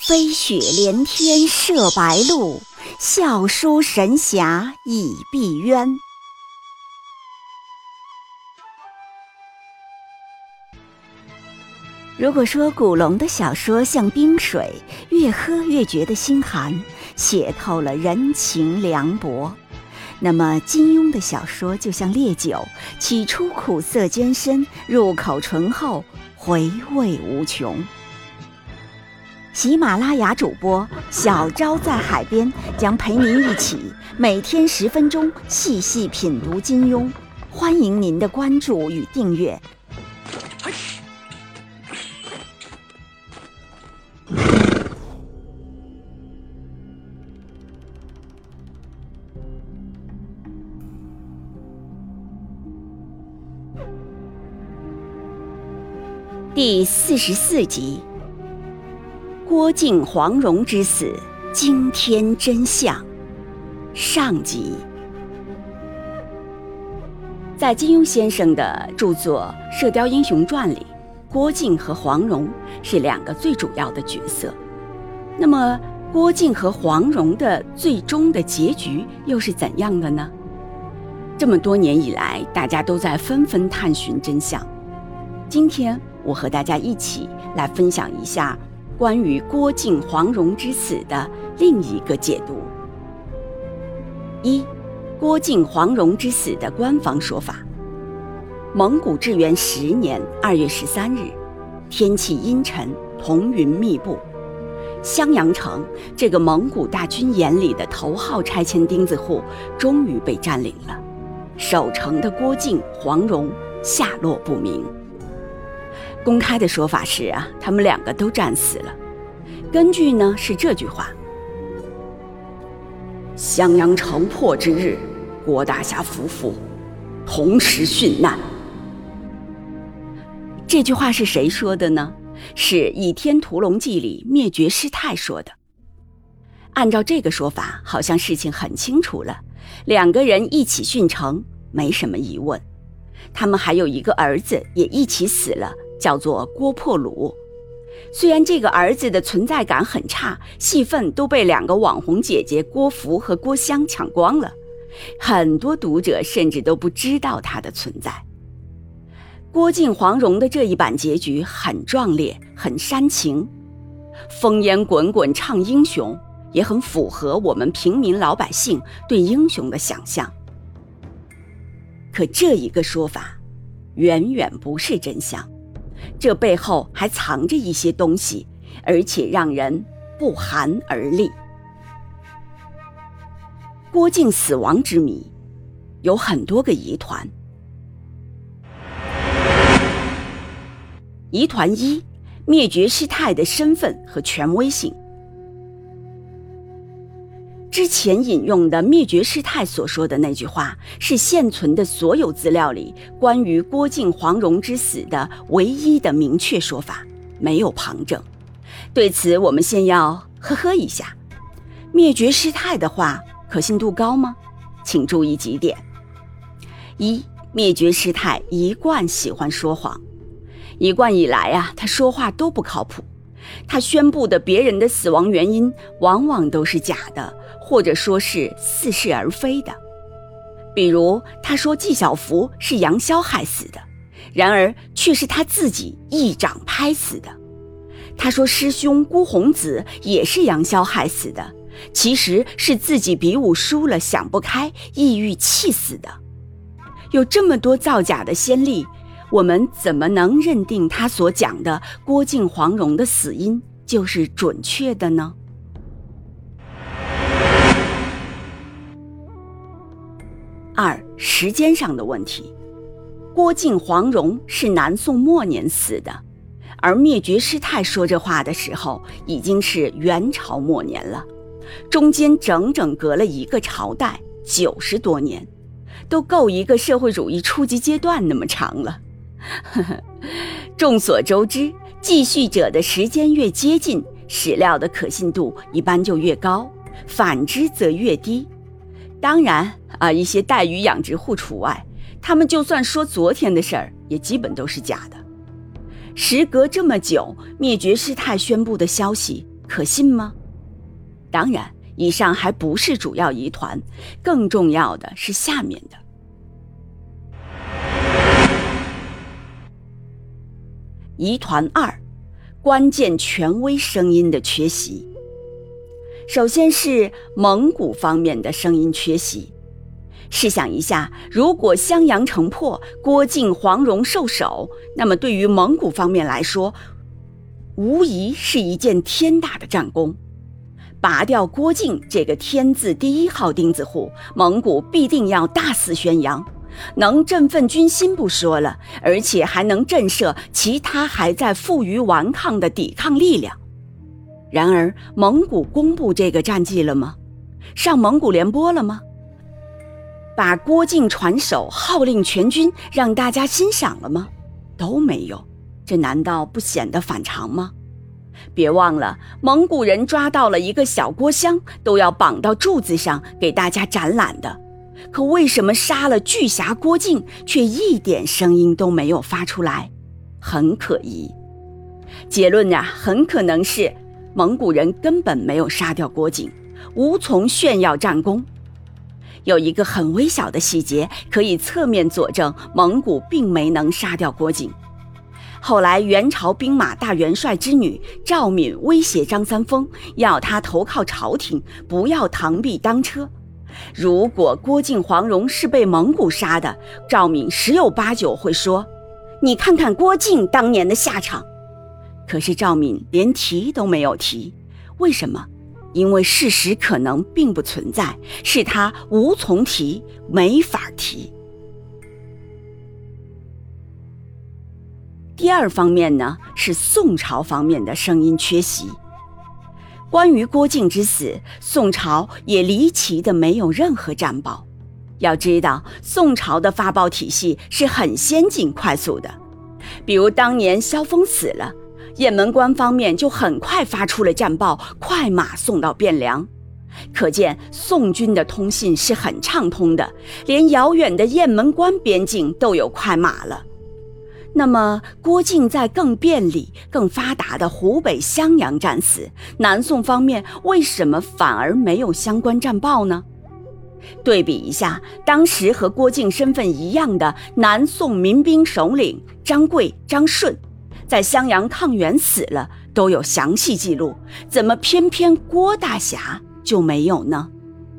飞雪连天射白鹿，笑书神侠倚碧鸳。如果说古龙的小说像冰水，越喝越觉得心寒，写透了人情凉薄，那么金庸的小说就像烈酒，起初苦涩艰深，入口醇厚，回味无穷。喜马拉雅主播小昭在海边将陪您一起每天10分钟细细品读金庸，欢迎您的关注与订阅。第44集，郭靖黄蓉之死，惊天真相，上集。在金庸先生的著作《射雕英雄传》里，郭靖和黄蓉是2个最主要的角色。那么郭靖和黄蓉的最终的结局又是怎样的呢？这么多年以来，大家都在纷纷探寻真相。今天我和大家一起来分享一下关于郭靖黄蓉之死的另一个解读。1. 郭靖黄蓉之死的官方说法。蒙古至元10年2月13日，天气阴沉，彤云密布，襄阳城这个蒙古大军眼里的头号拆迁钉子户终于被占领了，守城的郭靖黄蓉下落不明。公开的说法是他们2个都战死了。根据呢是这句话：襄阳城破之日，郭大侠夫妇同时殉难。这句话是谁说的呢？是《倚天屠龙记》里灭绝师太说的。按照这个说法，好像事情很清楚了，2个人一起殉城，没什么疑问。他们还有一个儿子也一起死了，叫做郭破虏。虽然这个儿子的存在感很差，戏份都被2个网红姐姐郭芙和郭襄抢光了，很多读者甚至都不知道他的存在。郭靖黄蓉的这一版结局很壮烈，很煽情，烽烟滚滚唱英雄，也很符合我们平民老百姓对英雄的想象。可这一个说法远远不是真相，这背后还藏着一些东西，而且让人不寒而栗。郭靖死亡之谜有很多个疑团。疑团1，灭绝师太的身份和权威性。之前引用的灭绝师太所说的那句话，是现存的所有资料里关于郭靖黄蓉之死的唯一的明确说法，没有旁证。对此我们先要呵呵一下。灭绝师太的话可信度高吗？请注意几点。1. 灭绝师太一贯喜欢说谎，一贯以来他说话都不靠谱。他宣布的别人的死亡原因往往都是假的，或者说是似是而非的。比如他说纪晓芙是杨逍害死的，然而却是他自己一掌拍死的。他说师兄孤鸿子也是杨逍害死的，其实是自己比武输了想不开，抑郁气死的。有这么多造假的先例，我们怎么能认定他所讲的郭靖黄蓉的死因就是准确的呢？2. 时间上的问题。郭靖黄蓉是南宋末年死的，而灭绝师太说这话的时候已经是元朝末年了，中间整整隔了一个朝代90多年，都够一个社会主义初级阶段那么长了。众所周知，记叙者的时间越接近，史料的可信度一般就越高，反之则越低。当然一些带鱼养殖户除外，他们就算说昨天的事儿，也基本都是假的。时隔这么久，灭绝师太宣布的消息可信吗？当然，以上还不是主要疑团，更重要的是下面的。疑团2，关键权威声音的缺席。首先是蒙古方面的声音缺席。试想一下，如果襄阳城破，郭靖、黄蓉受首，那么对于蒙古方面来说，无疑是一件天大的战功。拔掉郭靖这个天字第1号钉子户，蒙古必定要大肆宣扬，能振奋军心不说了，而且还能震慑其他还在负隅顽抗的抵抗力量。然而，蒙古公布这个战绩了吗？上蒙古联播了吗？把郭靖传首号令全军，让大家欣赏了吗？都没有。这难道不显得反常吗？别忘了，蒙古人抓到了一个小郭襄，都要绑到柱子上给大家展览的。可为什么杀了巨侠郭靖，却一点声音都没有发出来？很可疑。结论啊，很可能是蒙古人根本没有杀掉郭靖，无从炫耀战功。有一个很微小的细节可以侧面佐证蒙古并没能杀掉郭靖。后来元朝兵马大元帅之女赵敏威胁张三丰，要他投靠朝廷，不要螳臂当车。如果郭靖、黄蓉是被蒙古杀的，赵敏十有八九会说，你看看郭靖当年的下场。可是赵敏连提都没有提，为什么？因为事实可能并不存在，是他无从提，没法提。第二方面呢，是宋朝方面的声音缺席。关于郭靖之死，宋朝也离奇的没有任何战报。要知道，宋朝的发报体系是很先进快速的。比如当年萧峰死了，雁门关方面就很快发出了战报，快马送到汴梁。可见宋军的通信是很畅通的，连遥远的雁门关边境都有快马了。那么郭靖在更便利、更发达的湖北襄阳战死，南宋方面为什么反而没有相关战报呢？对比一下，当时和郭靖身份一样的南宋民兵首领张贵、张顺，在襄阳抗元死了，都有详细记录，怎么偏偏郭大侠就没有呢？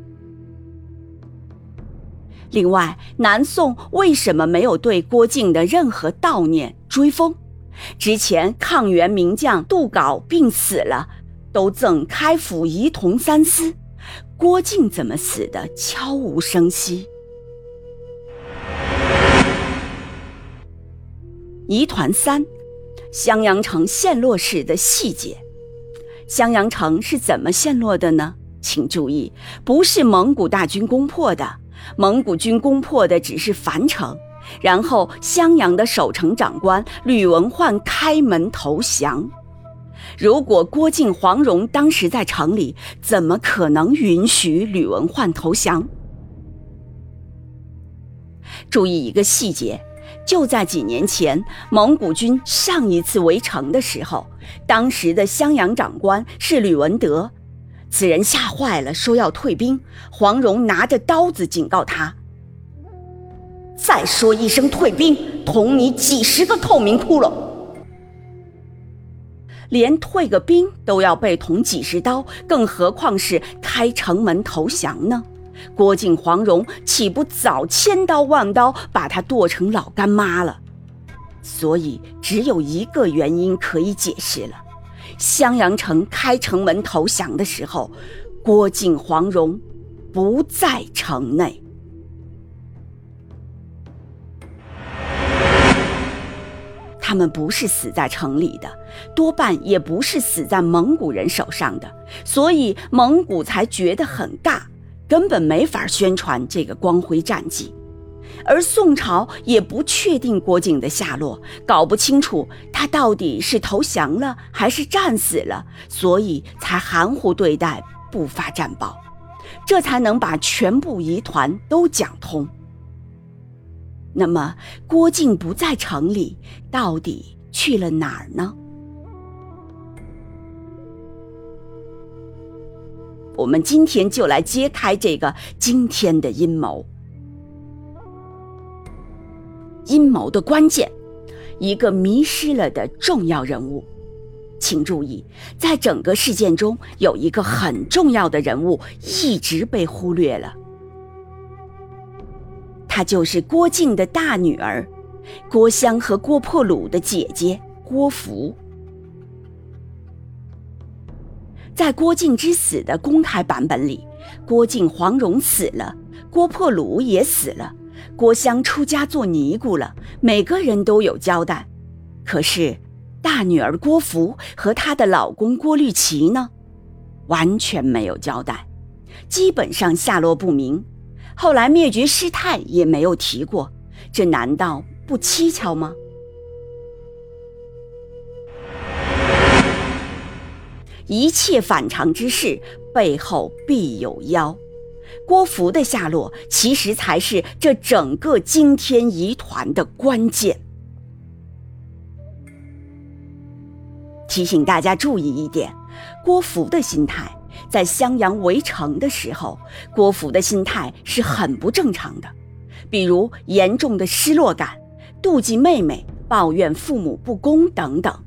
另外，南宋为什么没有对郭靖的任何悼念追封？之前抗元名将杜杲病死了，都赠开府仪同3司，郭靖怎么死的悄无声息？疑团3，襄阳城陷落时的细节。襄阳城是怎么陷落的呢？请注意，不是蒙古大军攻破的，蒙古军攻破的只是樊城，然后襄阳的守城长官吕文焕开门投降。如果郭靖、黄蓉当时在城里，怎么可能允许吕文焕投降？注意一个细节，就在几年前，蒙古军上一次围城的时候，当时的襄阳长官是吕文德，此人吓坏了，说要退兵。黄蓉拿着刀子警告他，再说一声退兵，捅你几十个透明窟窿。连退个兵都要被捅几十刀，更何况是开城门投降呢？郭靖、黄蓉岂不早千刀万刀把他剁成老干妈了？所以只有一个原因可以解释了，襄阳城开城门投降的时候，郭靖、黄蓉不在城内。他们不是死在城里的，多半也不是死在蒙古人手上的，所以蒙古才觉得很尬，根本没法宣传这个光辉战绩。而宋朝也不确定郭靖的下落，搞不清楚他到底是投降了还是战死了，所以才含糊对待，不发战报，这才能把全部疑团都讲通。那么郭靖不在城里，到底去了哪儿呢？ 我们今天就来揭开这个惊天的阴谋。阴谋的关键，一个迷失了的重要人物。请注意，在整个事件中有一个很重要的人物一直被忽略了，她就是郭靖的大女儿，郭襄和郭破虏的姐姐郭芙。在郭靖之死的公开版本里，郭靖黄蓉死了，郭破虏也死了，郭襄出家做尼姑了，每个人都有交代。可是大女儿郭芙和她的老公郭律奇呢，完全没有交代，基本上下落不明。后来灭绝师太也没有提过，这难道不蹊跷吗？一切反常之事背后必有妖，郭芙的下落其实才是这整个惊天疑团的关键。提醒大家注意一点，郭芙的心态，在襄阳围城的时候，郭芙的心态是很不正常的，比如严重的失落感、妒忌妹妹、抱怨父母不公等等。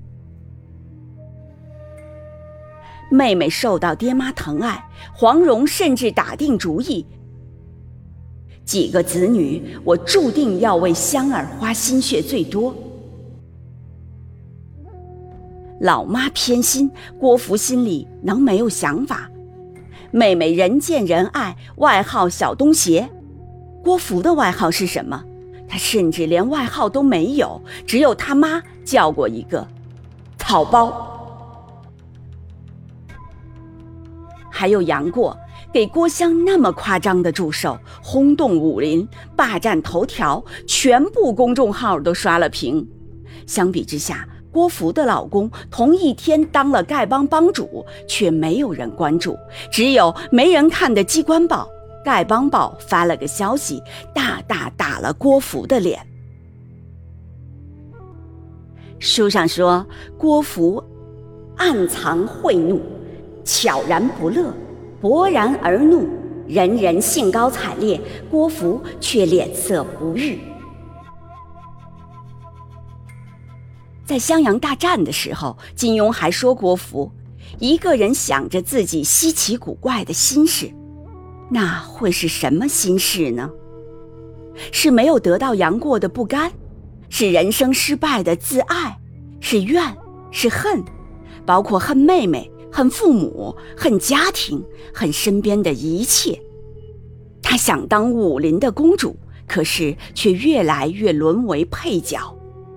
妹妹受到爹妈疼爱，黄蓉甚至打定主意，几个子女，我注定要为香儿花心血最多。老妈偏心，郭芙心里能没有想法？妹妹人见人爱，外号小东邪。郭芙的外号是什么？她甚至连外号都没有，只有她妈叫过一个草包。还有杨过给郭襄那么夸张的祝寿，轰动武林，霸占头条，全部公众号都刷了屏。相比之下，郭芙的老公同一天当了丐帮帮主，却没有人关注，只有没人看的机关报丐帮报发了个消息，大大打了郭芙的脸。书上说，郭芙暗藏恚怒，悄然不乐，勃然而怒，人人兴高采烈，郭芙却脸色不悦。在襄阳大战的时候，金庸还说郭芙一个人想着自己稀奇古怪的心事，那会是什么心事呢？是没有得到杨过的不甘，是人生失败的自爱，是怨，是恨，包括恨妹妹，恨父母，恨家庭，恨身边的一切。她想当武林的公主，可是却越来越沦为配角。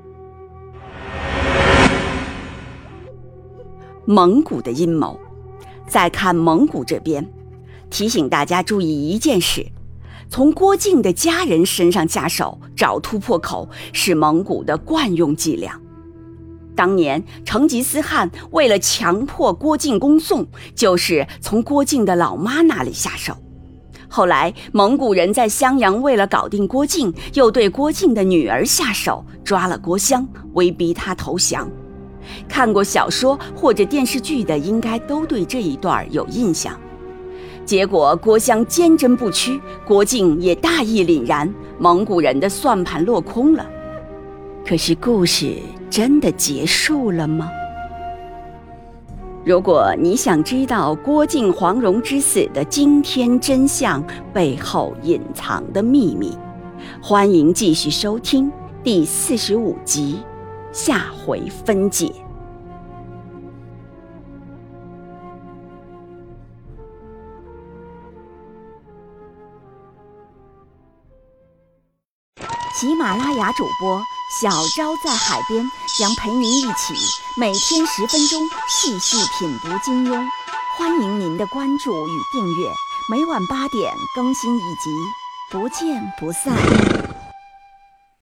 蒙古的阴谋，再看蒙古这边，提醒大家注意一件事，从郭靖的家人身上下手，找突破口是蒙古的惯用伎俩。当年成吉思汗为了强迫郭靖恭送，就是从郭靖的老妈那里下手。后来蒙古人在襄阳为了搞定郭靖，又对郭靖的女儿下手，抓了郭襄，威逼她投降。看过小说或者电视剧的应该都对这一段有印象。结果郭襄坚贞不屈，郭靖也大义凛然，蒙古人的算盘落空了。可是故事真的结束了吗？如果你想知道郭靖黄蓉之死的惊天真相背后隐藏的秘密，欢迎继续收听第45集，下回分解。喜马拉雅主播小昭在海边将陪您一起每天10分钟细细品读金庸，欢迎您的关注与订阅，每晚8点更新一集，不见不散。